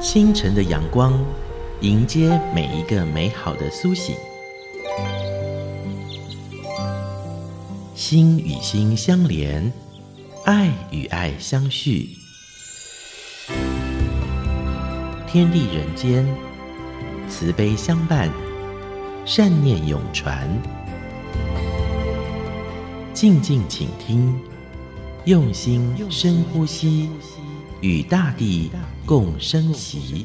清晨的阳光迎接每一个美好的苏醒，心与心相连，爱与爱相续，天地人间，慈悲相伴，善念永传。静静倾听，用心深呼吸，与大地共生息。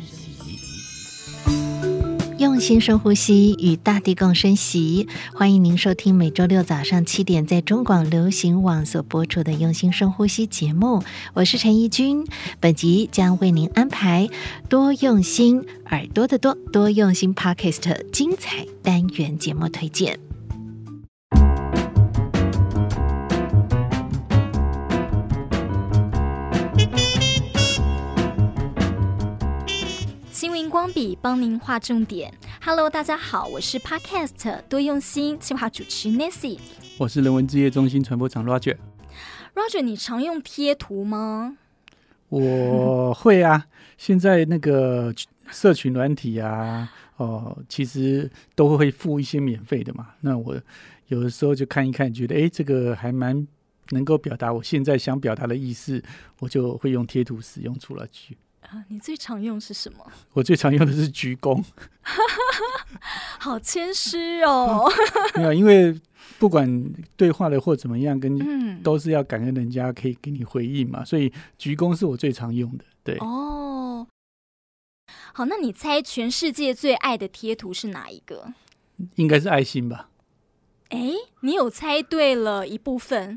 用心深呼吸，与大地共生息。欢迎您收听每周六早上7点在中广流行网所播出的用心深呼吸节目，我是陈怡君。本集将为您安排多用心耳朵的多用心 Podcast 精彩单元节目推荐。 新闻光笔帮您画重点。Hello， 大家好，我是 Podcast 多用心企划主持 Nancy， 我是人文志业中心传播长 Roger。Roger， 你常用贴图吗？ 我会啊，现在那个社群软体啊，其实都会附一些免费的嘛。那我有的时候就看一看，觉得这个还蛮能够表达我现在想表达的意思，我就会用贴图使用出来去。 你最常用是什么？ 我最常用的是鞠躬。 好谦虚哦。 没有，因为不管对话的或怎么样，都是要感恩人家可以给你回应嘛，所以鞠躬是我最常用的。对。 哦，好，那你猜全世界最爱的贴图是哪一个？ 应该是爱心吧。 你有猜对了一部分。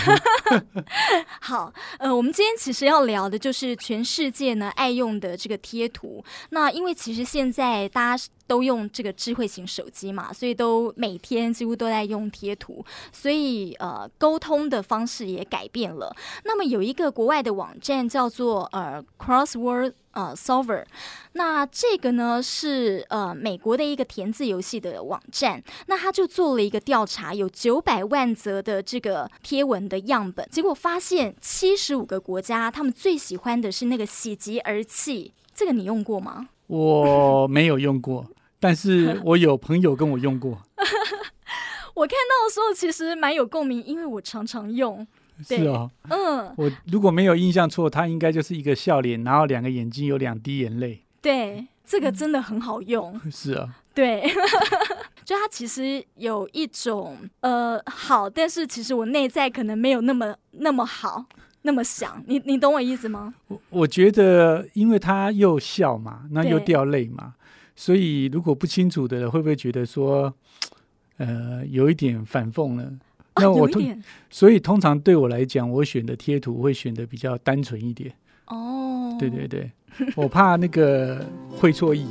好，我们今天其实要聊的就是全世界呢爱用的这个贴图。那因为其实现在大家都用这个智慧型手机嘛，所以都每天几乎都在用贴图，所以沟通的方式也改变了。那么有一个国外的网站叫做Crossword Solver， 那这个呢是美国的一个填字游戏的网站，那他就做了一个调查，有900万则的这个贴文的样本，结果发现75个国家他们最喜欢的是那个喜极而泣，这个你用过吗？ 我没有用过，但是我有朋友跟我用过。 我看到的时候其实蛮有共鸣，因为我常常用。 是哦，我如果没有印象错，它应该就是一个笑脸，然后2个眼睛有2滴眼泪。 对，这个真的很好用。 是啊， 对。就它其实有一种好，但是其实我内在可能没有那么好，那么想。你懂我意思吗？ 我觉得因为他又笑嘛，那又掉泪嘛，所以如果不清楚的会不会觉得说有一点反讽呢？那我所以通常对我来讲，我选的贴图会选的比较单纯一点。哦，对对对，我怕那个会错意。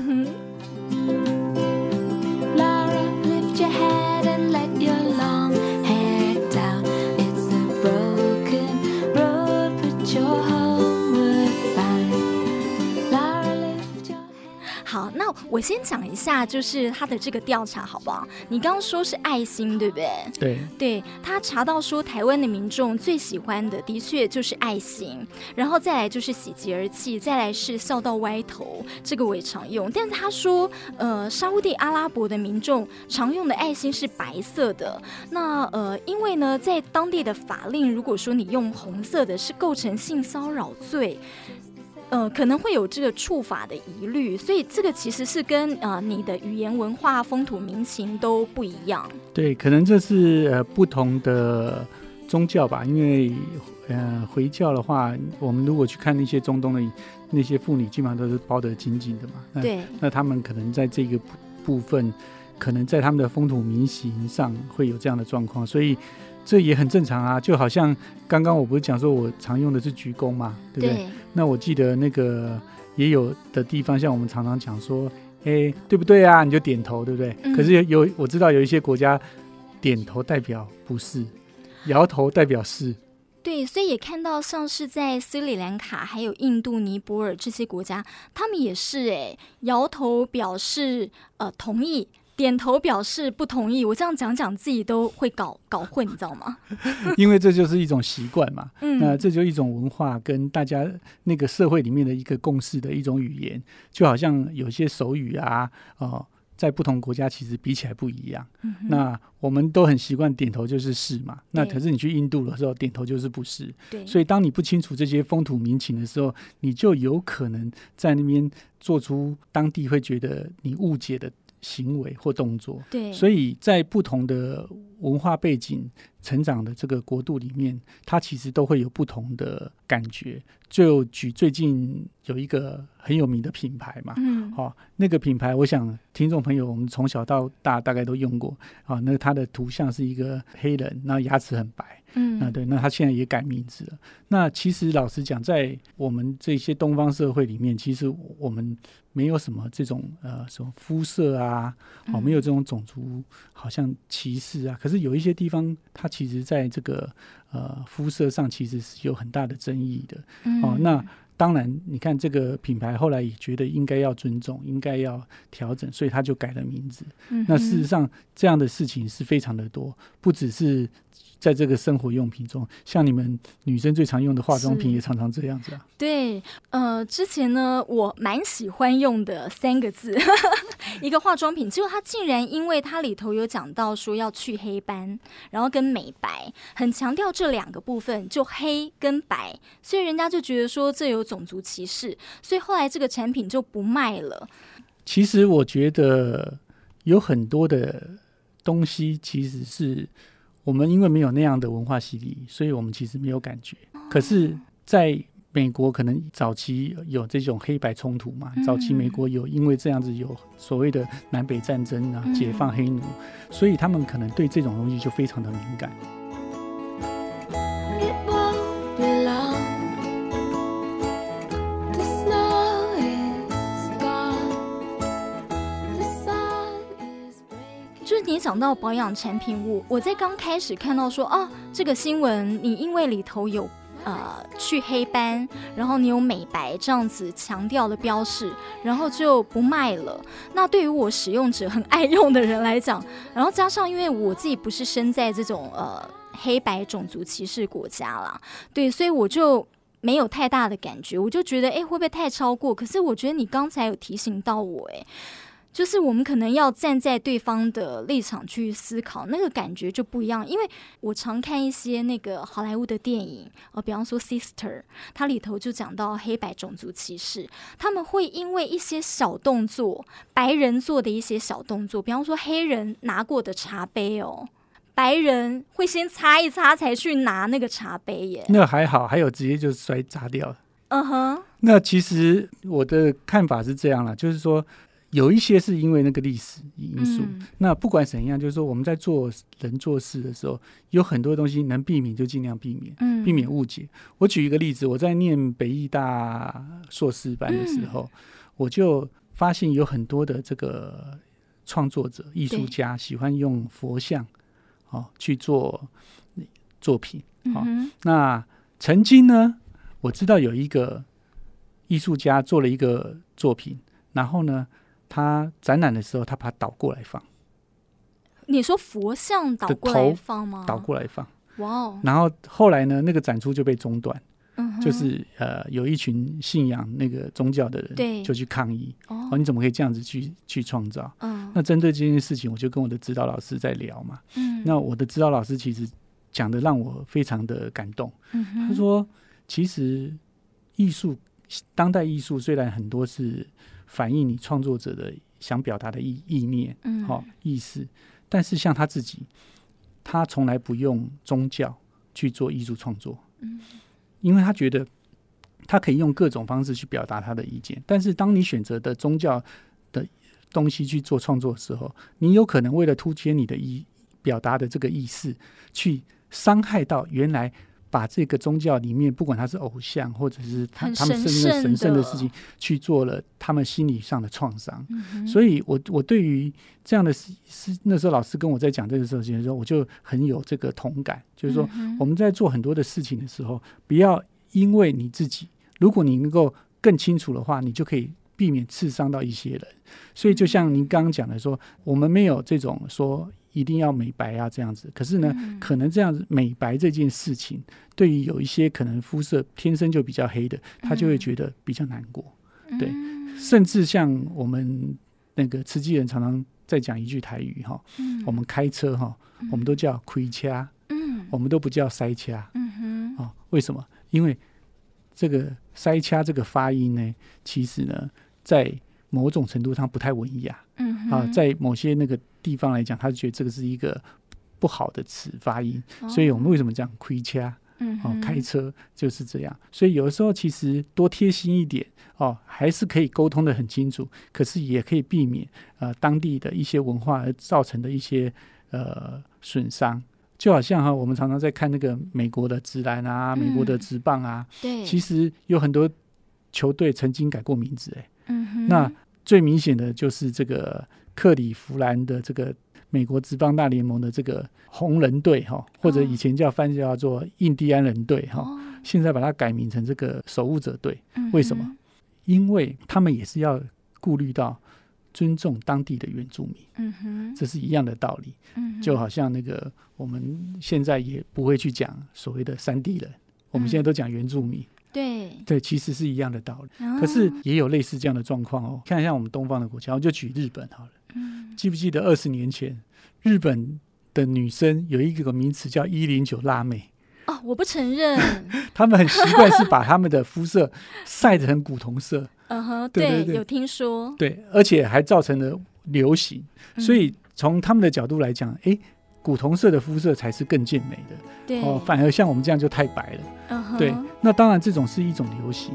好，那我先讲一下，就是他的这个调查，好不好？你刚刚说是爱心，对不对？对，他查到说台湾的民众最喜欢的，的确就是爱心，然后再来就是喜极而泣，再来是笑到歪头，这个我也常用。但是他说，沙烏地阿拉伯的民众常用的爱心是白色的。那因为呢，在当地的法令，如果说你用红色的，是构成性骚扰罪。可能会有这个触法的疑虑，所以这个其实是跟你的语言文化、风土民情都不一样。 对，可能这是不同的宗教吧，因为回教的话，我们如果去看那些中东的那些妇女，基本上都是包得紧紧的嘛。对，那他们可能在这个部分，可能在他们的风土民情上会有这样的状况，所以这也很正常啊。就好像刚刚我不是讲说我常用的是鞠躬嘛，对不对？那我记得那个也有的地方，像我们常常讲说，对不对啊？你就点头，对不对？可是我知道有一些国家点头代表不是，摇头代表是。 对，所以也看到像是在斯里兰卡还有印度尼泊尔这些国家，他们也是摇头表示同意， 点头表示不同意，我这样讲自己都会搞混，你知道吗？ 因为这就是一种习惯嘛，那这就是一种文化跟大家那个社会里面的一个共识的一种语言，就好像有些手语啊，在不同国家其实比起来不一样。那我们都很习惯点头就是是嘛，那可是你去印度的时候点头就是不是。所以当你不清楚这些风土民情的时候，你就有可能在那边做出当地会觉得你误解的行为或动作。所以在不同的文化背景成长的这个国度里面，它其实都会有不同的感觉。就举最近有一个很有名的品牌嘛，那个品牌我想听众朋友我们从小到大大概都用过，那它的图像是一个黑人，然后牙齿很白，对，那他现在也改名字了。那其实老实讲，在我们这些东方社会里面，其实我们没有什么这种什么肤色啊，没有这种种族好像歧视啊。可是有一些地方，它其实在这个肤色上其实是有很大的争议的。那当然你看这个品牌后来也觉得应该要尊重，应该要调整，所以他就改了名字。那事实上这样的事情是非常的多，不只是在这个生活用品中，像你们女生最常用的化妆品也常常这样子啊。 对，之前呢我蛮喜欢用的3个字一个化妆品，结果它竟然因为它里头有讲到说要去黑斑，然后跟美白，很强调这2个部分，就黑跟白，所以人家就觉得说这有种族歧视，所以后来这个产品就不卖了。 其实我觉得有很多的东西其实是我们因为没有那样的文化洗礼，所以我们其实没有感觉。可是在美国可能早期有这种黑白冲突嘛，早期美国有因为这样子有所谓的南北战争啊，解放黑奴，所以他们可能对这种东西就非常的敏感。 你讲到保养产品，我在刚开始看到说这个新闻，你因为里头有去黑斑，然后你有美白这样子强调的标示，然后就不卖了。那对于我使用者很爱用的人来讲，然后加上因为我自己不是身在这种黑白种族歧视国家啦，对，所以我就没有太大的感觉，我就觉得会不会太超过？可是我觉得你刚才有提醒到我，就是我们可能要站在对方的立场去思考，那个感觉就不一样。因为我常看一些那个好莱坞的电影，比方说 Sister， 它里头就讲到黑白种族歧视，他们会因为一些小动作，白人做的一些小动作，比方说黑人拿过的茶杯白人会先擦一擦才去拿那个茶杯耶。 那还好，还有直接就摔砸掉了。那其实我的看法是这样啦，就是说有一些是因为那个历史因素，那不管怎样，就是说我们在做人做事的时候，有很多东西能避免就尽量避免，避免误解。我举一个例子，我在念北艺大硕士班的时候，我就发现有很多的这个创作者、艺术家喜欢用佛像去做作品。那曾经呢，我知道有一个艺术家做了一个作品，然后呢他展览的时候他把它倒过来放。 你说佛像倒过来放吗？ 倒过来放。 哇！ 然后后来呢那个展出就被中断，就是有一群信仰那个宗教的人就去抗议，你怎么可以这样子去创造？那针对这件事情我就跟我的指导老师在聊嘛。那我的指导老师其实讲的让我非常的感动。他说其实艺术，当代艺术虽然很多是反映你创作者的想表达的意念、意思，但是像他自己，他从来不用宗教去做艺术创作，因为他觉得他可以用各种方式去表达他的意见，但是当你选择的宗教的东西去做创作的时候，你有可能为了凸显你的表达的这个意思，去伤害到原来把这个宗教里面不管他是偶像或者是他们甚至神圣的事情去做了他们心理上的创伤。所以我对于这样的那时候老师跟我在讲这个事情的时候，我就很有这个同感，就是说我们在做很多的事情的时候，不要因为你自己，如果你能够更清楚的话，你就可以避免刺伤到一些人。所以就像您刚刚讲的说，我们没有这种说一定要美白啊这样子，可是呢，可能这样子美白这件事情，对于有一些可能肤色天生就比较黑的，他就会觉得比较难过。对，甚至像我们那个慈济人常常在讲一句台语哈，我们开车哈，我们都叫开车，我们都不叫塞车。为什么？因为这个塞车这个发音呢，其实呢，在某种程度上不太文雅。在某些那个地方来讲，他觉得这个是一个不好的词发音，所以我们为什么讲开车？开车就是这样。所以有的时候其实多贴心一点还是可以沟通的很清楚，可是也可以避免当地的一些文化而造成的一些损伤。就好像我们常常在看那个美国的职篮啊，美国的职棒啊， 对， 其实有很多球队曾经改过名字那最明显的就是这个克里夫兰的这个美国职棒大联盟的这个红人队或者以前翻叫做印第安人队现在把它改名成这个守护者队。为什么？因为他们也是要顾虑到尊重当地的原住民，这是一样的道理。就好像那个我们现在也不会去讲所谓的山地人，我们现在都讲原住民。对，其实是一样的道理。可是也有类似这样的状况看像我们东方的国家，我就举日本好了。记不记得20年前日本的女生有一个名词叫109辣妹？ 我不承认。 他们很习惯是把他们的肤色晒成古铜色。 对，有听说。 对，而且还造成了流行。所以从他们的角度来讲，古铜色的肤色才是更健美的。 对， 反而像我们这样就太白了。对，那当然这种是一种流行。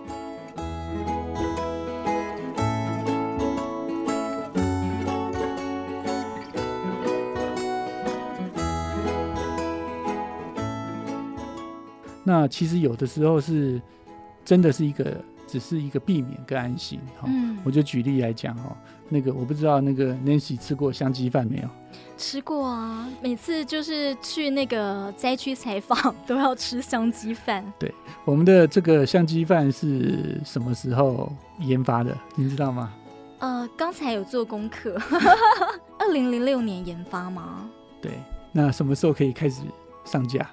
那其实有的时候是真的是只是一个避免跟安心。我就举例来讲那个我不知道那个 Nancy 吃过香鸡饭没有？ 吃过啊，每次就是去那个灾区采访都要吃香鸡饭。对， 我们的这个香鸡饭是什么时候研发的？您知道吗？ 刚才有做功课。2006年研发吗？ 对，那什么时候可以开始上架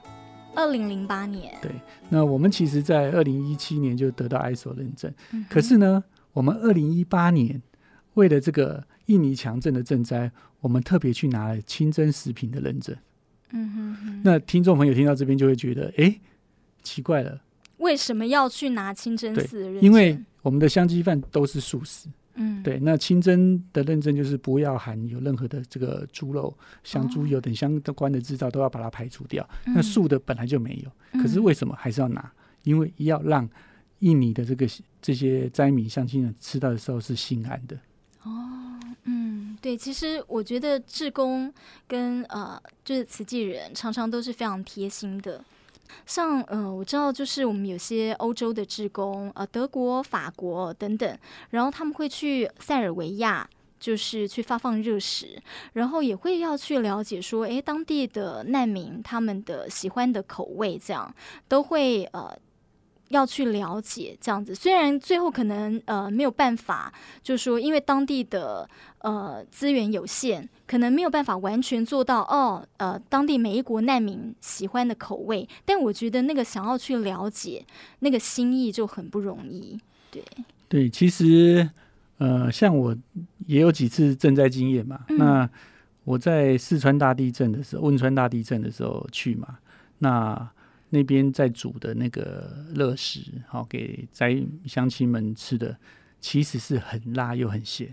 ？2008年。 对，那我们其实在2017年就得到 ISO 认证。可是呢，我们2018年为了这个印尼强震的赈灾，我们特别去拿了清真食品的认证。那听众朋友听到这边就会觉得奇怪了， 为什么要去拿清真寺的认证？ 因为我们的香鸡饭都是素食。对，那清真的认证就是不要含有任何的这个猪肉、香猪油等相关的制造，都要把它排除掉。那素的本来就没有，可是为什么还是要拿？因为要让印尼的这些灾民乡亲人吃到的时候是心安的。 对，其实我觉得志工跟就是慈济人常常都是非常贴心的。像我知道就是我们有些欧洲的志工德国、法国等等，然后他们会去塞尔维亚，就是去发放热食，然后也会要去了解说当地的难民他们的喜欢的口味，这样都会要去了解这样子。虽然最后可能没有办法，就是说因为当地的资源有限，可能没有办法完全做到当地每一国难民喜欢的口味，但我觉得那个想要去了解那个心意就很不容易。 对，其实像我也有几次赈灾经验嘛。那我在四川大地震的时候，汶川大地震的时候去嘛，那边在煮的那个热食给灾乡亲们吃的，其实是很辣又很咸。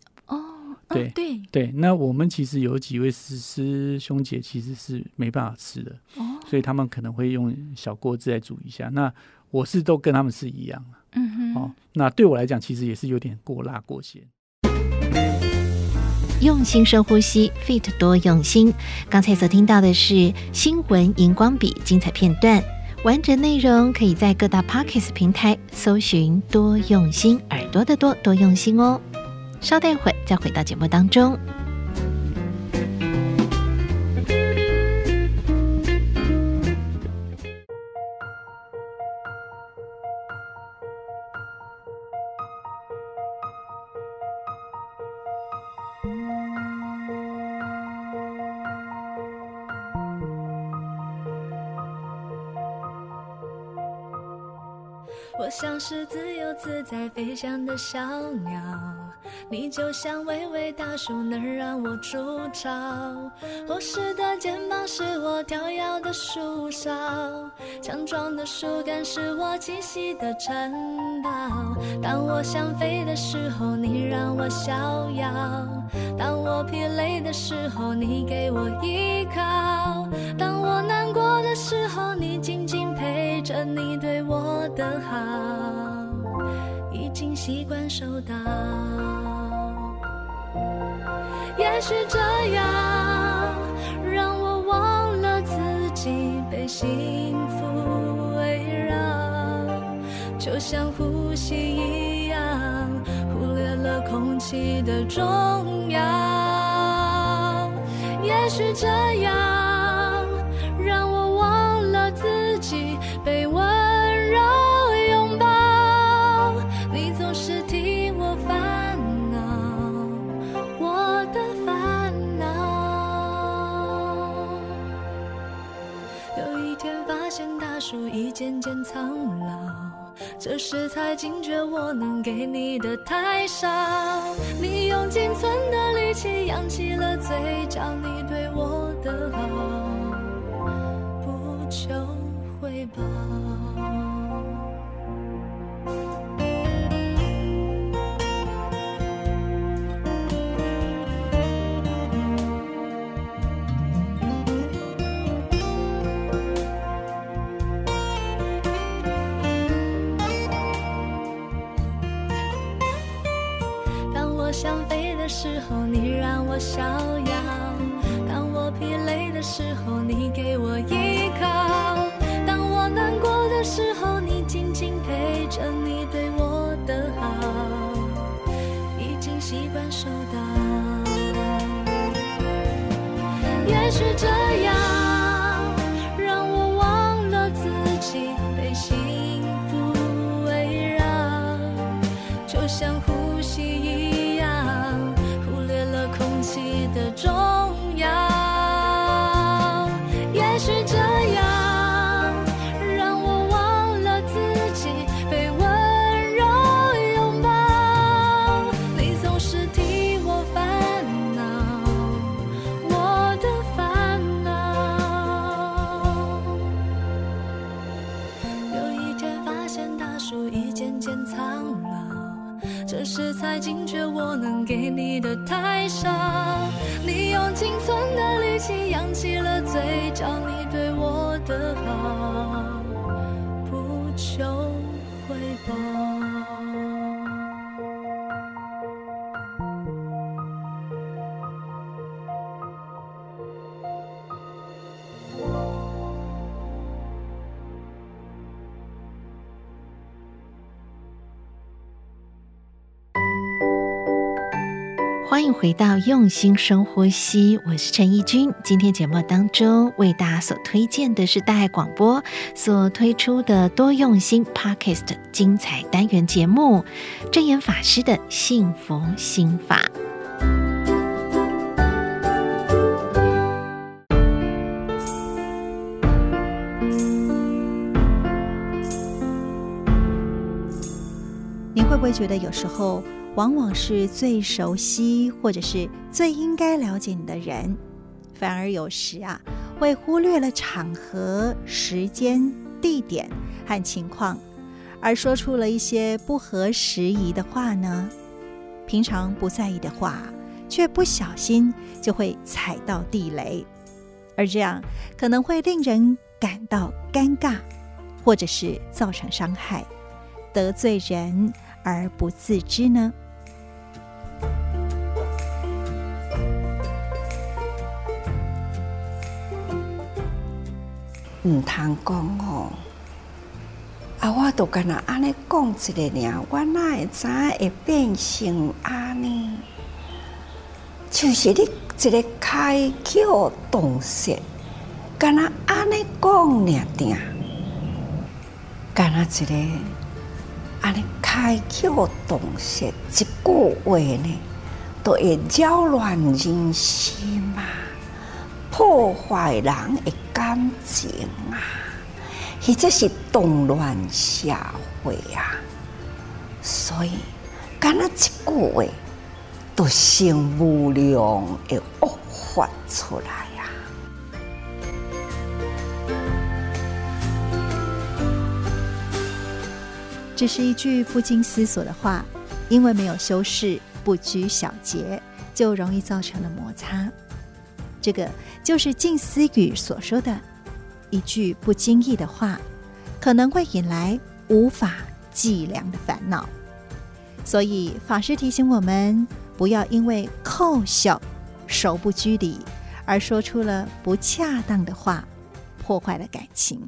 对，那我们其实有几位师兄姐其实是没办法吃的。所以他们可能会用小锅子来煮一下。那我是都跟他们是一样的。那对我来讲其实也是有点过辣过咸。 用心深呼吸 ，Fit 多用心。刚才所听到的是新闻荧光笔精彩片段，完整内容可以在各大 Podcast 平台搜寻多用心，耳朵的多，多用心哦。稍待会再回到节目当中。 我像是自由自在飞翔的小鸟，你就像巍巍大树能让我筑巢，厚实的肩膀是我跳跃的树梢，强壮的树干是我栖息的城堡。当我想飞的时候，你让我逍遥，当我疲累的时候，你给我依靠，当我难过的时候，你紧紧陪着，你对我的好已经习惯收到。也许这样让我忘了自己被幸福围绕，就像呼吸一样，忽略了空气的重要。也许这样让我忘了自己被温柔拥抱，你总是替我烦恼我的烦恼。有一天发现大树已渐渐苍老，这时才惊觉我能给你的太少，你用仅存的力气扬起了嘴角，你对我的好不求回报。想飞的时候，你让我逍遥，当我疲累的时候，你给我依靠，当我难过的时候，你紧紧陪着，你对我的好已经习惯收到。也许这样让我忘了自己被幸福围绕，就像呼吸一样，忽略了空气的重要。也许这样让我忘了自己被温柔拥抱，你总是替我烦恼我的烦恼。有一天发现大树已渐渐苍老，这时才惊觉我能给你的太少，你用仅存的力气扬起了嘴角，你对我的好不求回报。 欢迎回到用心深呼吸，我是陈怡君。今天节目当中为大家所推荐的是大爱广播所推出的多用心 Podcast 精彩单元节目证严法师的幸福心法。 你会不会觉得有时候往往是最熟悉或者是最应该了解你的人，反而有时会忽略了场合、时间、地点和情况，而说出了一些不合时宜的话呢？平常不在意的话，却不小心就会踩到地雷，而这样可能会令人感到尴尬，或者是造成伤害，得罪人而不自知呢？ 唔通讲我都干那安尼讲一个尔，我哪会知会变成安尼？就是你一个开口动舌，干那安尼讲尔定，干那一个安尼开口动舌一句话呢，都会扰乱人心破坏人的感情或者是动乱社会啊。所以，敢若一句话，就成无量的恶法出来啊！ 这是一句不经思索的话，因为没有修饰，不拘小节，就容易造成了摩擦。这个就是静思语所说的，一句不经意的话，可能会引来无法计量的烦恼。所以法师提醒我们，不要因为扣笑、手不拘礼而说出了不恰当的话，破坏了感情。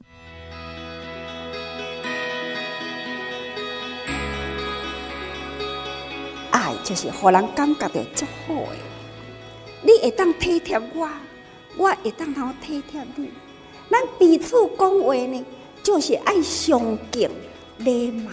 爱就是让人感觉到足好的，你会当体贴我，我会当体贴你，咱彼此讲话呢，就是爱相敬礼貌。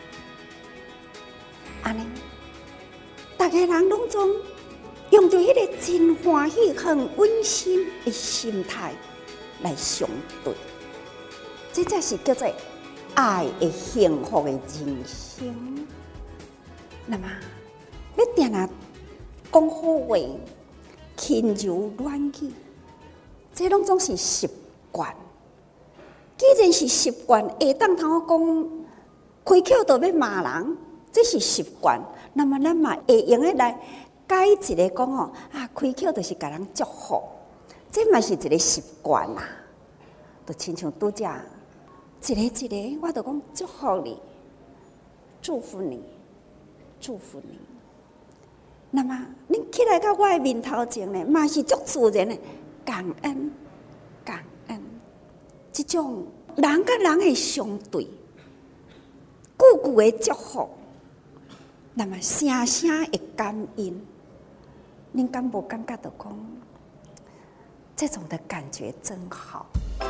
安尼，大家人拢总用着迄个真欢喜、很温馨的心态来相对，这才是叫做爱的幸福的人生。那么，要定定讲好话、轻柔软语，这拢总是习惯。既然是习惯，会当通讲开口就要骂人。这是习惯，那么咱嘛会用的来改一个讲哦啊，开口就是给人祝福，这嘛是一个习惯啦。就亲像拄则一个，我就讲祝福你，祝福你，祝福你。那么恁起来到我的面头前呢，嘛是足自然的感恩，感恩。这种人甲人的相对，句句的祝福。那么声声的感应，您敢无感觉到讲，这种的感觉真好。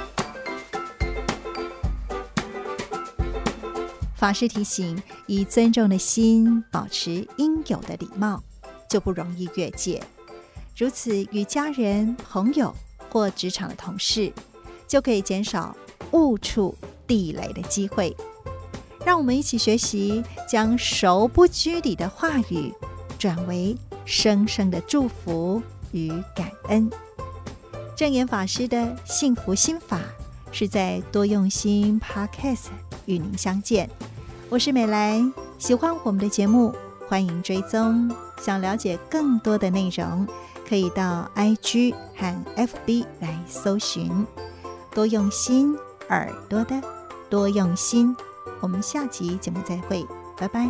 法师提醒，以尊重的心保持应有的礼貌，就不容易越界。如此与家人、朋友或职场的同事，就可以减少误触地雷的机会。让我们一起学习，将手不拘礼的话语转为深深的祝福与感恩。正言法师的幸福心法是在多用心 Podcast 与您相见。我是美兰，喜欢我们的节目，欢迎追踪。想了解更多的内容，可以到 IG 和 FB 来搜寻多用心耳朵的多用心。我们下集节目再会，拜拜。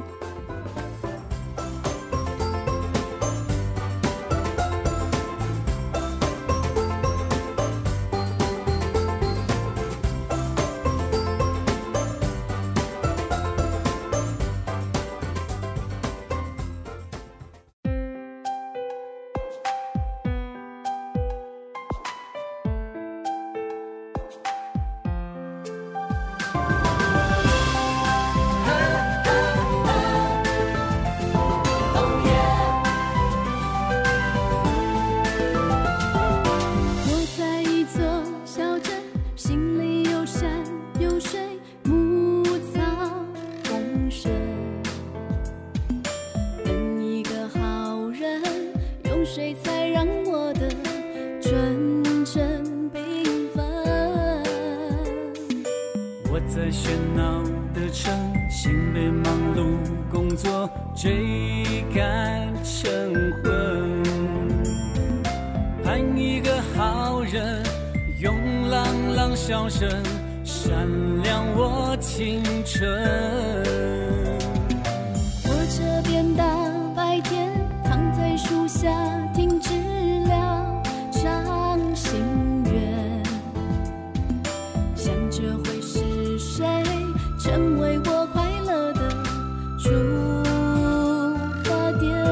笑声闪亮我青春， 我这边大白天躺在树下停止了唱心愿，想着会是谁成为我快乐的出发点。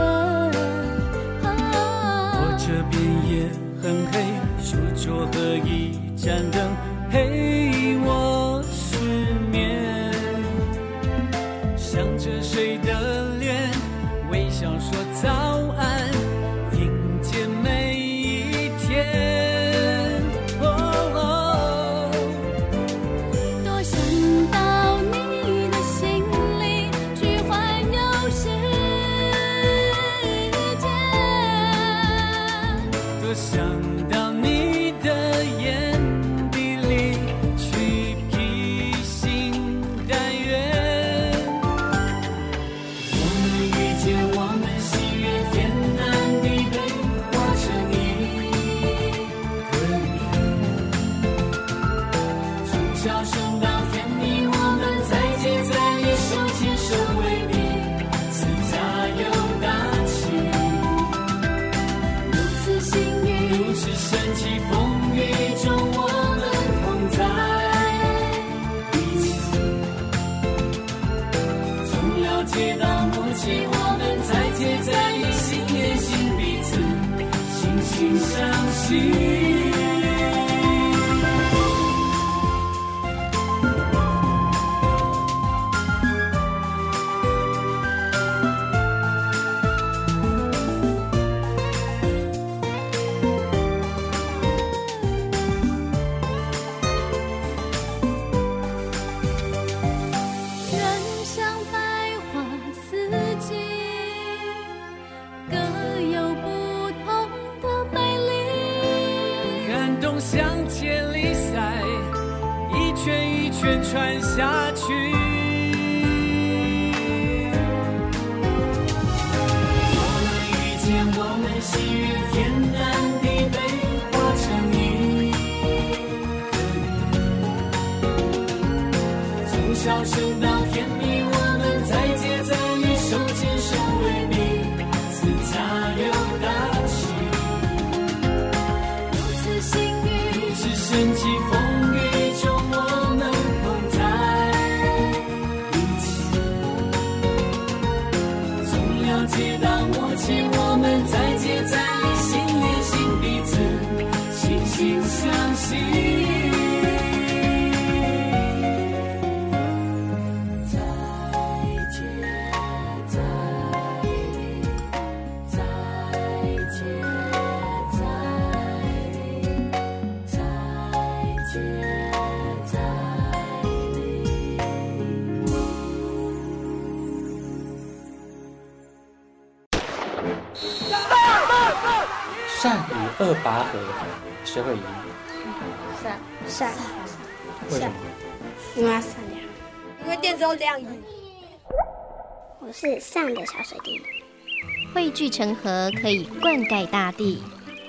我这边也很黑，书桌和一盏灯陪我失眠，想着谁的脸，微笑说早安，迎接每一天。多解到默契，我们再接再厉，心连心，彼此惺惺相惜。传下去，我们遇见，我们喜悦，天南地北化成一。从小生到天明，我们再接再厉，手牵手为彼此加油打气。如此幸运，如此神奇，风雨中我们接到默契，我们再接再厉，心连心，彼此惺惺相惜。 善与恶拔河，谁会赢？ 善。 为什么？ 因为他善良。因为电子都这样赢。 我是善的小水滴， 汇聚成河，可以灌溉大地。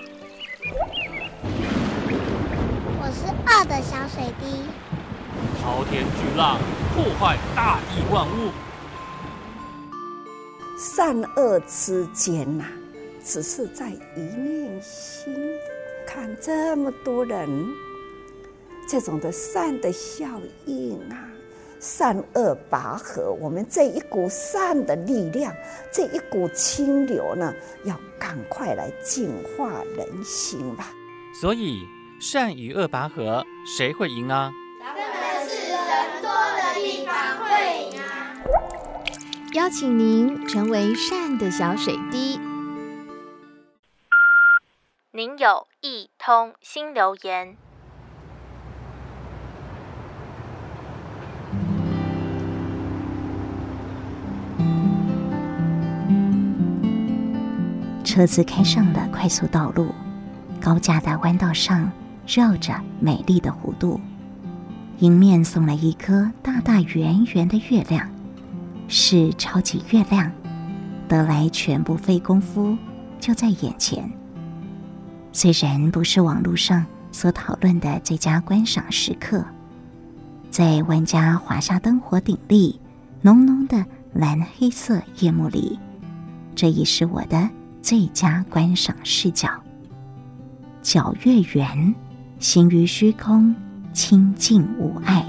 我是恶的小水滴， 滔天巨浪，破坏大地万物。 善恶之间呐，只是在一念心。看这么多人，这种的善的效应啊，善恶拔河，我们这一股善的力量，这一股清流呢，要赶快来净化人心吧。 所以善与恶拔河，谁会赢啊？ 当然是人多的地方会赢啊！ 邀请您成为善的小水滴。 您有一通新留言。 车子开上了快速道路，高架的弯道上绕着美丽的弧度，迎面送来一颗大大圆圆的月亮，是超级月亮，得来全不费功夫，就在眼前。虽然不是网络上所讨论的最佳观赏时刻，在万家华夏灯火鼎立、浓浓的蓝黑色夜幕里，这已是我的最佳观赏视角。皎月圆，行于虚空，清净无碍。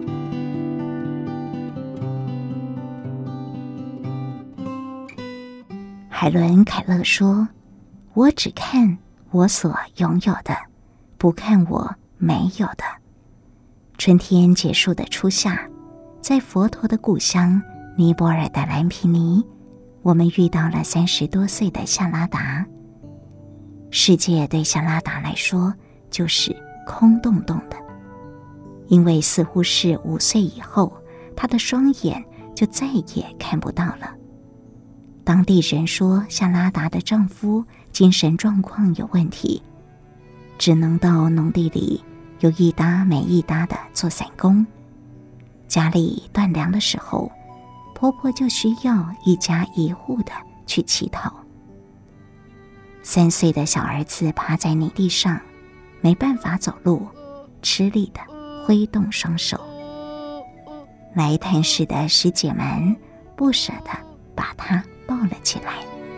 海伦·凯勒说：“我只看我所拥有的，不看我没有的。”春天结束的初夏，在佛陀的故乡尼泊尔的蓝毗尼，我们遇到了30多岁的夏拉达。世界对夏拉达来说就是空洞洞的，因为似乎是5岁以后，他的双眼就再也看不到了。当地人说夏拉达的丈夫精神状况有问题，只能到农地里有一搭没一搭的做散工。家里断粮的时候，婆婆就需要一家一户的去乞讨。3岁的小儿子趴在泥地上，没办法走路，吃力的挥动双手。来探视的师姐们不舍得把他抱了起来。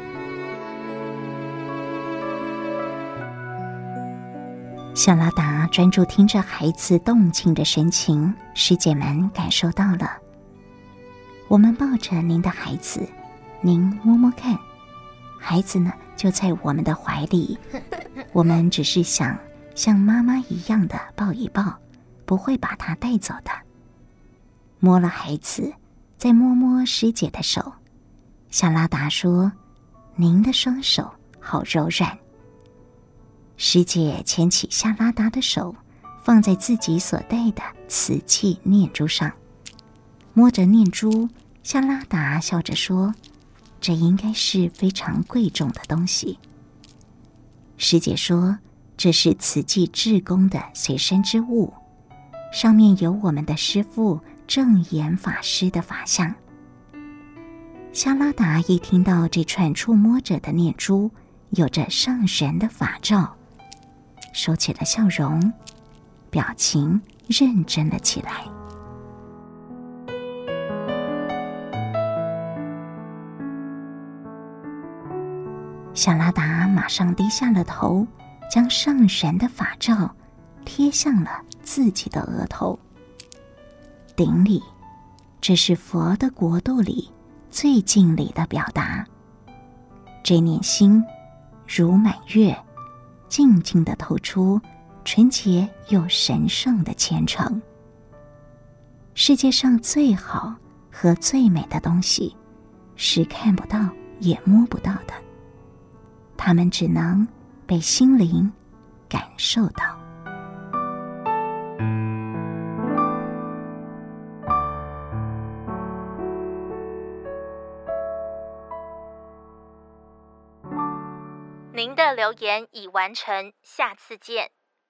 夏拉达专注听着孩子动情的神情，师姐们感受到了。 我们抱着您的孩子，您摸摸看，孩子呢就在我们的怀里，我们只是想像妈妈一样的抱一抱，不会把他带走的。摸了孩子，再摸摸师姐的手。夏拉达说：“您的双手好柔软。”师姐牵起夏拉达的手，放在自己所戴的瓷器念珠上，摸着念珠，夏拉达笑着说：“这应该是非常贵重的东西。”师姐说：“这是慈济志工的随身之物，上面有我们的师父正言法师的法相。”夏拉达一听到这串触摸着的念珠有着上人的法照，收起了笑容，表情认真了起来。夏拉达马上低下了头，将上人的法照贴向了自己的额头。顶礼，这是佛的国度里最敬礼的表达。这念心如满月，静静地透出纯洁又神圣的虔诚。世界上最好和最美的东西，是看不到也摸不到的，它们只能被心灵感受到。 您的留言已完成，下次见。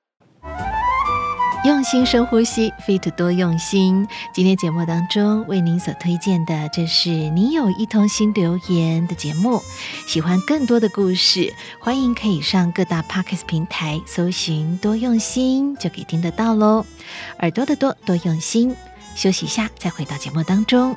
用心深呼吸 ，Fit 多用心。今天节目当中为您所推荐的，这是你有一通心留言的节目。喜欢更多的故事，欢迎可以上各大 Podcast 平台搜寻多用心，就可以听得到咯。耳朵的多，多用心。休息一下，再回到节目当中。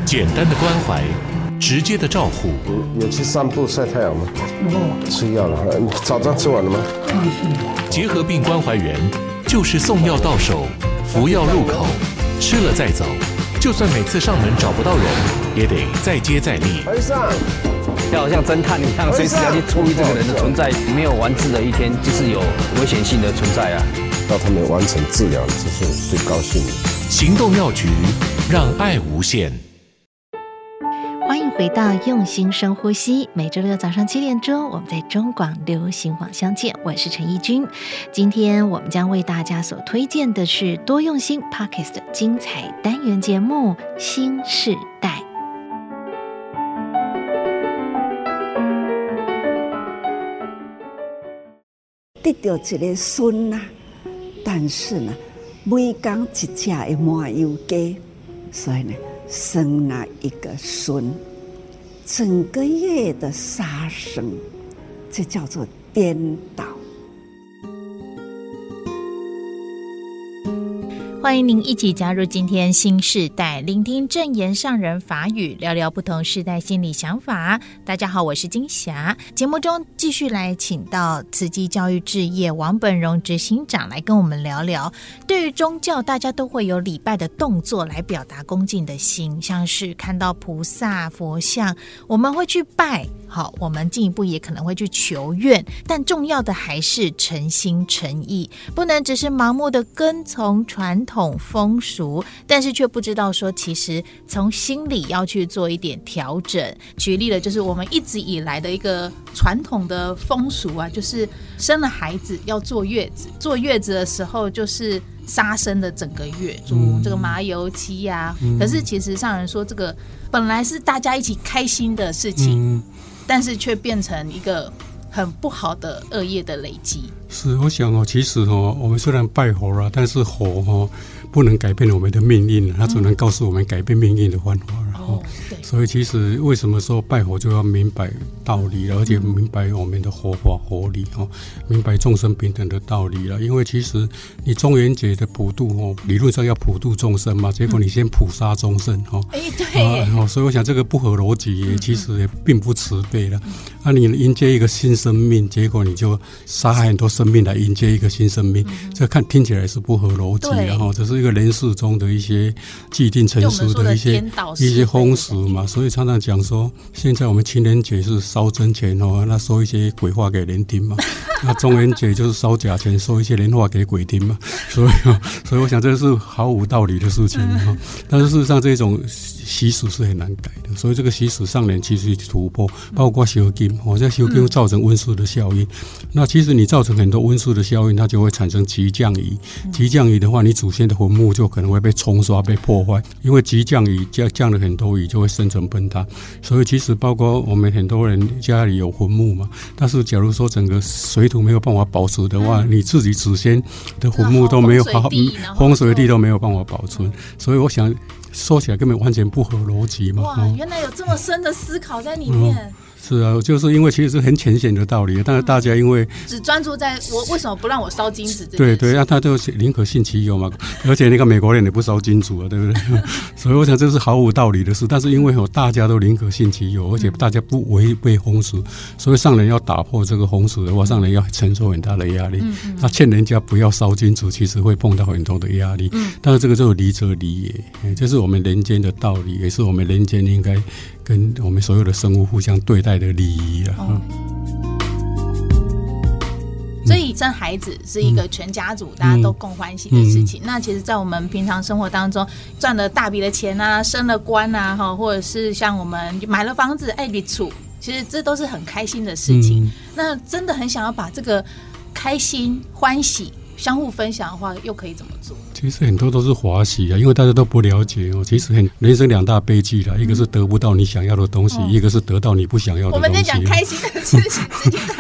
简单的关怀，直接的照顾。 有去散步晒太阳吗？吃药了，早餐吃完了吗？ 结核病关怀员就是送药到手，服药入口，吃了再走。就算每次上门找不到人，也得再接再厉。 要好像侦探一样，随时要去注意这个人的存在。没有完治的一天，就是有危险性的存在啊。 到他们完成治疗，这是我最高兴的。 行动药局，让爱无限。 欢迎回到用心深呼吸，每周六早上7点钟，我们在中广流行网相见。我是陈怡君，今天我们将为大家所推荐的是多用心 Podcast 的精彩单元节目《新世代》。 得到一个孙啊，但是呢，每天一只的麻油鸡，所以呢，生了一个孙，整个月的杀生，这叫做颠倒。 欢迎您一起加入今天新世代，聆听正言上人法语，聊聊不同世代心理想法。大家好，我是金霞。节目中继续来请到慈济教育志业王本荣执行长来跟我们聊聊，对于宗教大家都会有礼拜的动作来表达恭敬的心，像是看到菩萨佛像我们会去拜，好，我们进一步也可能会去求愿，但重要的还是诚心诚意，不能只是盲目的跟从传统风俗，但是却不知道说其实从心里要去做一点调整。举例了，就是我们一直以来的一个传统的风俗啊，就是生了孩子要坐月子，坐月子的时候就是杀生的整个月，煮这个麻油鸡啊，可是其实上人说这个本来是大家一起开心的事情，但是却变成一个很不好的恶业的累积。 是，我想其实我们虽然拜佛了，但是佛不能改变我们的命运，它只能告诉我们改变命运的方法了。所以其实为什么说拜佛就要明白道理了，而且明白我们的活法活理，明白众生平等的道理了。因为其实你中元节的普渡理论上要普渡众生嘛，结果你先普杀众生对， 所以我想这个不合逻辑，其实也并不慈悲了。你迎接一个新生命，结果你就杀害很多生命来迎接一个新生命，这听起来是不合逻辑的这是一个人世中的一些既定成熟的一些风俗嘛。所以常常讲说，现在我们情人节是烧真钱那说一些鬼话给人听嘛那中元节就是烧假钱，说一些人话给鬼听嘛。所以我想这是毫无道理的事情但是事实上这种习俗是很难改的，所以这个习俗上人其实突破，包括烧金这烧金造成温室的效应那其实你造成很多温室的效应，它就会产生极降雨。极降雨的话，你祖先的坟墓就可能会被冲刷被破坏，因为极降雨降了很多雨就会生成崩塌。所以其实包括我们很多人家里有坟墓嘛，但是假如说整个水土没有办法保持的话，你自己祖先的坟墓都没有好风水地都没有办法保存，所以我想说起来根本完全不合逻辑嘛。 哇，原来有这么深的思考在里面。 是啊，就是因为其实是很浅显的道理，但是大家因为只专注在我为什么不让我烧金子这件事，对，他就宁可信其有嘛。而且那个美国人也不烧金主啊，对不对？所以我想这是毫无道理的事。但是因为大家都宁可信其有，而且大家不违背风俗，所以上人要打破这个风俗的话，上人要承受很大的压力。他劝人家不要烧金主，其实会碰到很多的压力。但是这个就是离则离也，这是我们人间的道理，也是我们人间应该跟我们所有的生物互相对待的礼仪所以生孩子是一个全家族大家都共欢喜的事情。那其实在我们平常生活当中，赚了大笔的钱啊，升了官啊，或者是像我们买了房子立厝，其实这都是很开心的事情。那真的很想要把这个开心欢喜相互分享的话，又可以怎么做？ 其实很多都是华喜因为大家都不了解其实人生2大悲剧啦，一个是得不到你想要的东西，一个是得到你不想要的东西。 我们在讲开心的事情，最近在讲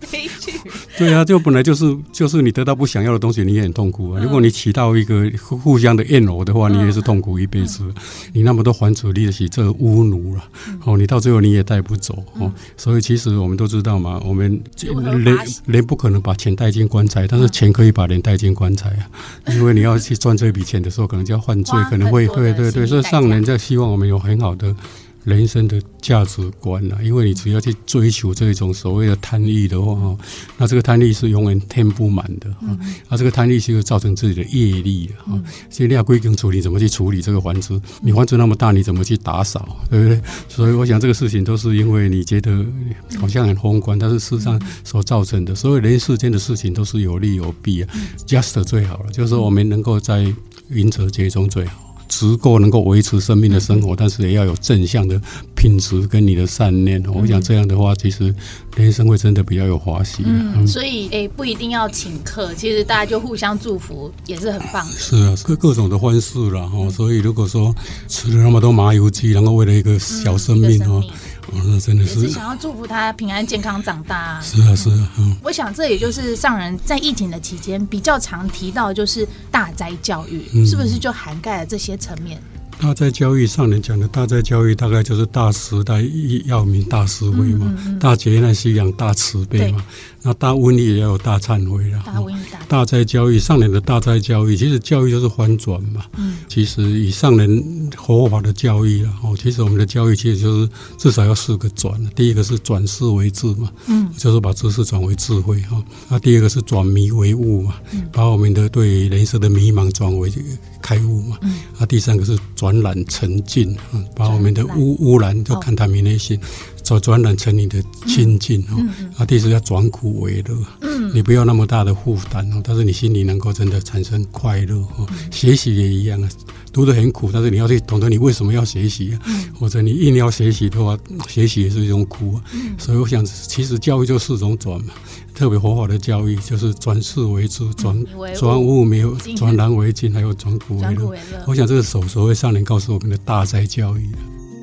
悲剧。 对啊，就本来就是你得到不想要的东西，你也很痛苦啊。如果你起到一个互相的厌恶的话，你也是痛苦一辈子。你那么多还主力的起这个巫奴了，你到最后你也带不走所以其实我们都知道嘛，我们人不可能把钱带进棺材，但是钱可以把人带进棺材啊。因为你要去赚这笔钱的时候，可能就要犯罪，可能会对，所以上人在希望我们有很好的人生的价值观啊，因为你只要去追求这种所谓的贪欲的话，那这个贪欲是永远填不满的这个贪欲是造成自己的业力所以你要归根处理，怎么去处理这个房子？你房子那么大，你怎么去打扫？对不对？所以我想这个事情都是因为你觉得好像很宏观，但是事实上所造成的。所有人世间的事情都是有利有弊just 最好了，就是说我们能够在云者界中最好。足够能够维持生命的生活，但是也要有正向的品质跟你的善念我想这样的话，其实人生会真的比较有华喜所以不一定要请客，其实大家就互相祝福也是很棒的。 是啊，各种的方式啦所以如果说吃了那么多麻油鸡，然后为了一个小生命那真的是想要祝福他平安健康长大是啊我想这也就是上人在疫情的期间比较常提到，就是大斋教育是不是就涵盖了这些层面？ 大斋教育，上人讲的大斋教育大概就是大时代要明大思维嘛，大劫难西洋大慈悲嘛，那大瘟疫也要有大忏悔啦。大斋教育，上人的大斋教育，其实教育就是翻转嘛。其实以上人佛法的教育其实我们的教育其实就是至少要4个转。第一个是转识为智嘛，就是把知识转为智慧那第二个是转迷为悟嘛，把我们的对人生的迷茫转为开悟嘛。第三个是转染沉静把我们的污染就看他们内心转染成你的清净第四要转苦为乐你不要那么大的负担但是你心里能够真的产生快乐学习也一样读得很苦，但是你要去懂得你为什么要学习或者你硬要学习的话，学习也是一种苦所以我想其实教育就4种转嘛，特别佛法的教育就是转识为智，转悟没有，转难为静，还有转苦为乐。我想这个所谓上人告诉我们的大斋教育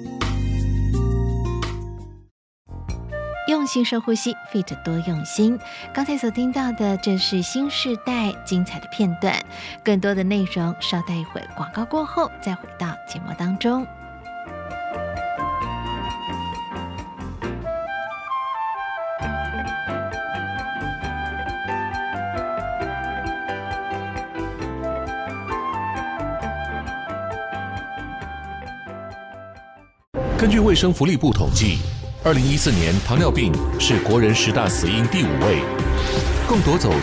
用心深呼吸 ，Fit 多用心。刚才所听到的，这是新世代精彩的片段。更多的内容，稍待一会儿广告过后再回到节目当中。 根据卫生福利部统计，2014年糖尿病是国人10大死因第5位，共夺走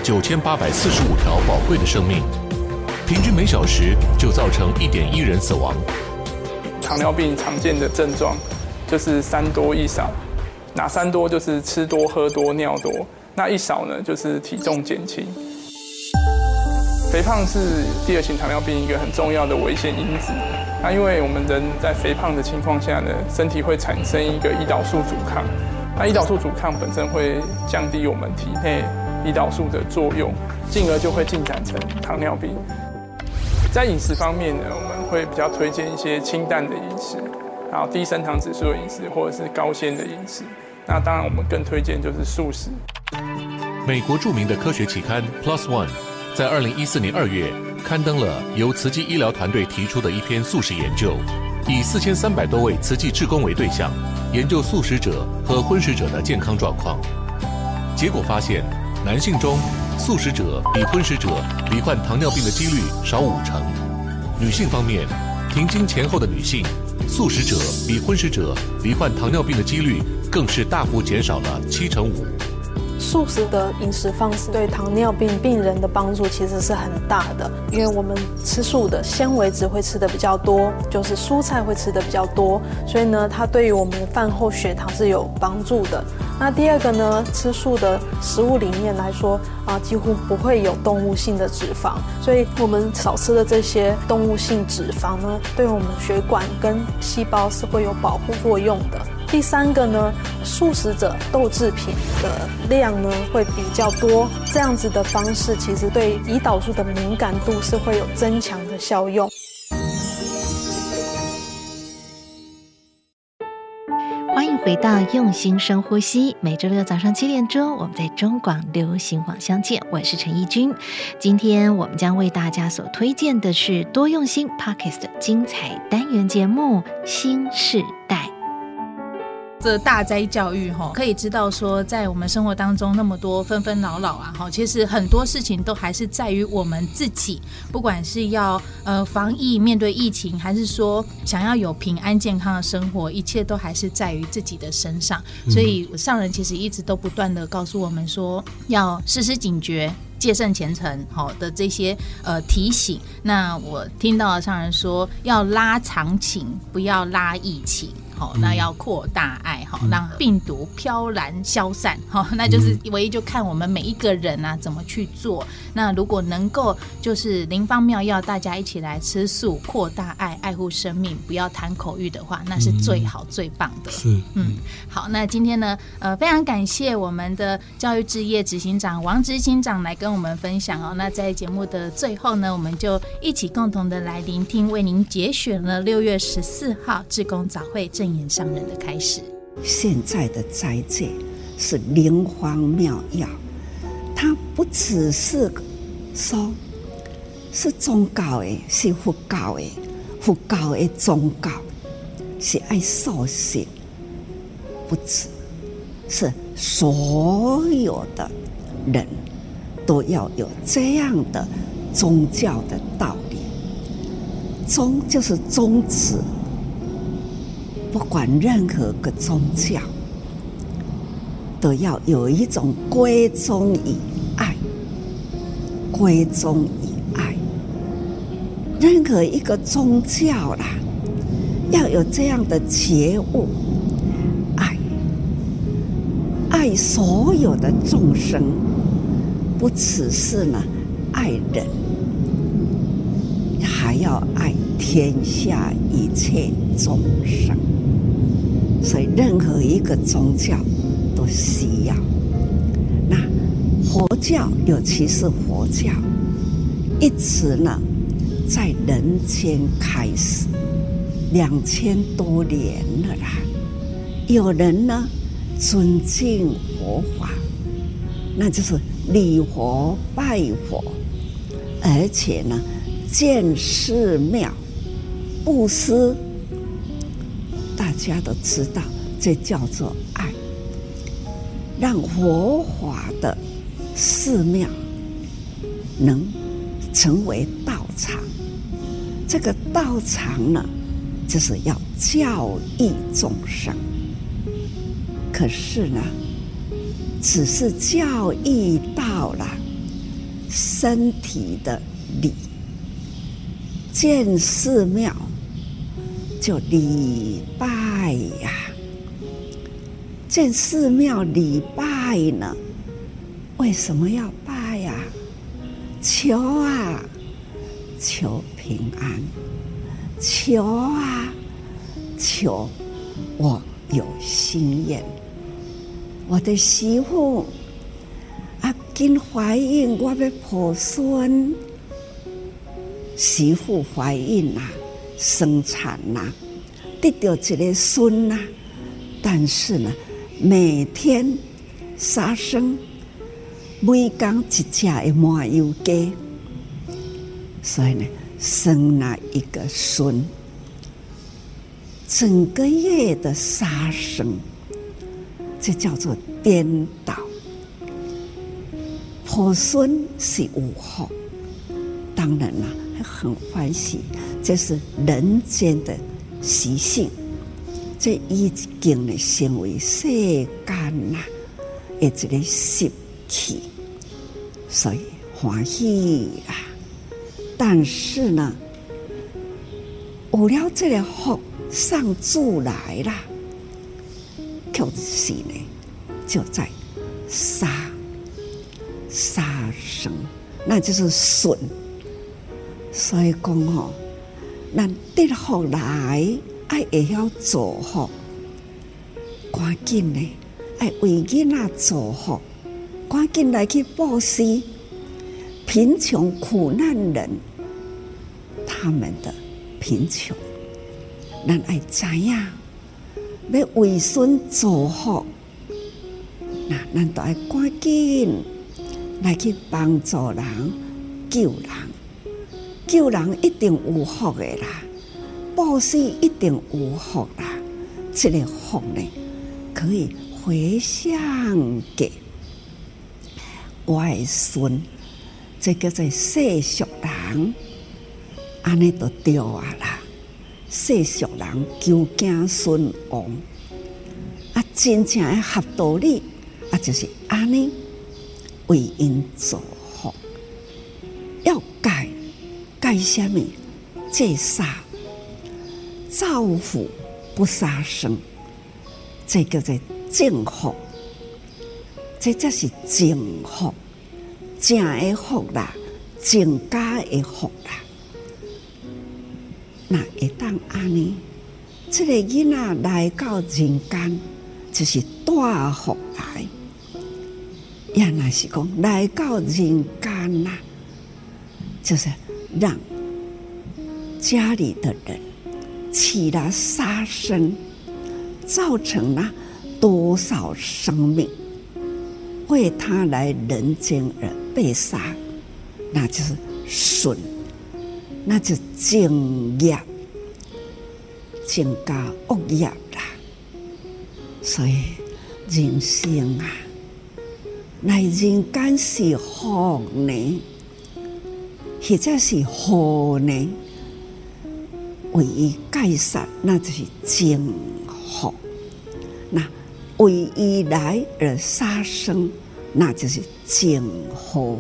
9845条宝贵的生命，平均每小时就造成1.1人死亡。 糖尿病常见的症状就是3多1少，哪3多就是吃多、喝多、尿多，那1少呢就是体重减轻。肥胖是第2型糖尿病一个很重要的危险因子。那因为我们人在肥胖的情况下呢，身体会产生一个胰岛素阻抗。那胰岛素阻抗本身会降低我们体内胰岛素的作用，进而就会进展成糖尿病。在饮食方面呢，我们会比较推荐一些清淡的饮食，然后低升糖指数的饮食，或者是高纤的饮食。那当然我们更推荐就是素食。 美国著名的科学期刊 Plus One 在2014年2月刊登了由慈济医疗团队提出的一篇素食研究，以4300多位慈济志工为对象，研究素食者和荤食者的健康状况。结果发现，男性中素食者比荤食者罹患糖尿病的几率少50%；女性方面，停经前后的女性，素食者比荤食者罹患糖尿病的几率更是大幅减少了75%。 素食的饮食方式对糖尿病病人的帮助其实是很大的，因为我们吃素的纤维质会吃的比较多，就是蔬菜会吃的比较多，所以呢，它对于我们饭后血糖是有帮助的。那第2个呢，吃素的食物里面来说几乎不会有动物性的脂肪，所以我们少吃的这些动物性脂肪呢，对我们血管跟细胞是会有保护作用的。第3个呢，素食者豆制品的量呢会比较多，这样子的方式其实对胰岛素的敏感度是会有增强的效用。 欢迎回到用心深呼吸，每周六早上7点钟，我们在中广流行网相见。我是陈怡君，今天我们将为大家所推荐的是多用心 Podcast 的精彩单元节目《新世代》。 这大灾教育可以知道说，在我们生活当中那么多纷纷扰扰啊，其实很多事情都还是在于我们自己，不管是要防疫面对疫情，还是说想要有平安健康的生活，一切都还是在于自己的身上。所以上人其实一直都不断的告诉我们说，要时时警觉，戒慎前程的这些提醒。那我听到上人说，要拉长情，不要拉疫情。那要扩大爱，让病毒飘然消散，那就是唯一就看我们每一个人啊怎么去做。那如果能够就是灵方妙药，大家一起来吃素，扩大爱，爱护生命，不要谈口欲的话，那是最好最棒的。好，那今天呢非常感谢我们的教育志业执行长王执行长来跟我们分享那在节目的最后呢，我们就一起共同的来聆听，为您节选了6月14号志工早会正言上人的开始。 现在的斋戒是灵方妙药，它不只是说是宗教的，是佛教的，佛教的宗教是爱受刑，不止是所有的人都要有这样的宗教的道理。宗就是宗旨，不管任何个宗教都要有一种归宗以爱，归宗以爱。任何一个宗教啦，要有这样的觉悟，爱所有的众生，不只是呢爱人，还要爱天下一切众生。所以任何一个宗教都需要。那佛教，尤其是佛教，一直呢在人间开始2000多年了啦。有人呢尊敬佛法，那就是礼佛拜佛，而且呢建寺庙，布施。大家都知道，这叫做爱，让佛法的寺庙能成为道场。这个道场呢，就是要教育众生。可是呢，只是教育到了身体的理，建寺庙就礼拜呀，建寺庙礼拜呢，为什么要拜呀？求啊，求平安，求啊，求我有心愿。我的媳妇紧怀孕，我要抱孙。媳妇怀孕啦，生产啦，得到一个孙啦，但是呢，每天杀生，每天一只的麻油鸡，所以呢，生了一个孙，整个月的杀生，这叫做颠倒。抱孙是有福，当然啦，很欢喜，这是人间的习性，这已经呢成为世间啦的一个习气，所以欢喜啊。但是呢，有了这个福上主来啦，就是呢就在杀生，那就是损。所以讲咱得福来，爱会晓做福，赶紧呢，爱为囡仔做福，赶紧来去布施贫穷苦难人，他们的贫穷，咱爱知影， 要为孙祝福，那咱都要赶紧来去帮助人、救人，救人一定有福的啦，布施一定有福啦。这个福呢，可以回向给我的孙，这叫做世俗人，安尼就对啊啦。世俗人求子孙王，啊，真正的合道理啊，就是安尼为因祝福。要改什么？戒杀，造福不杀生，这叫做正福。这才是正福，正的福啦，正家的福啦。那会当安尼，这个囡仔来到人间，就是大福来。也若是讲来到人间啦，就是让家里的人起了杀生，造成了多少生命为他来人间而被杀，那就是损，那就正业，增加恶业啦。所以人生啊，来人间是福呢，或者是祸呢？为伊戒杀，那就是正福；那为伊来而杀生，那就是正祸。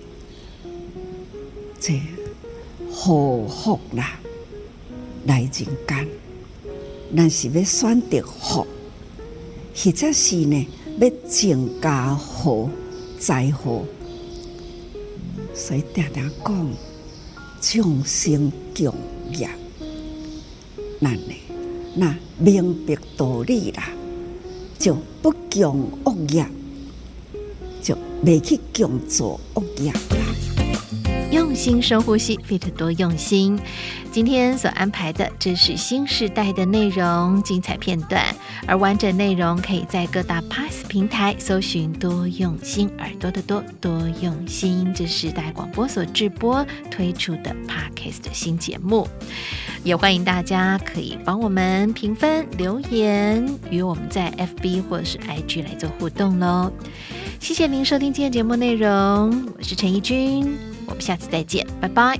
这祸福啦，来人间，咱是要选择福，或者是呢要增加祸灾祸。所以常常讲，众生共业。咱呢，那明白道理啦，就不共恶业，就袂去共做恶业啦。 用心深呼吸 ，Fit 多用心。今天所安排的，这是新时代的内容精彩片段，而完整内容可以在各大 Podcast 平台搜寻“多用心”，耳朵的多，多用心。这是时代广播所制播推出的 Podcast 新节目，也欢迎大家可以帮我们评分、留言，与我们在 FB 或者是 IG 来做互动喽。谢谢您收听今天节目内容，我是陈怡君。我们下次再见，拜拜。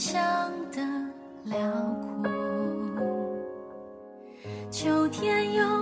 秋天有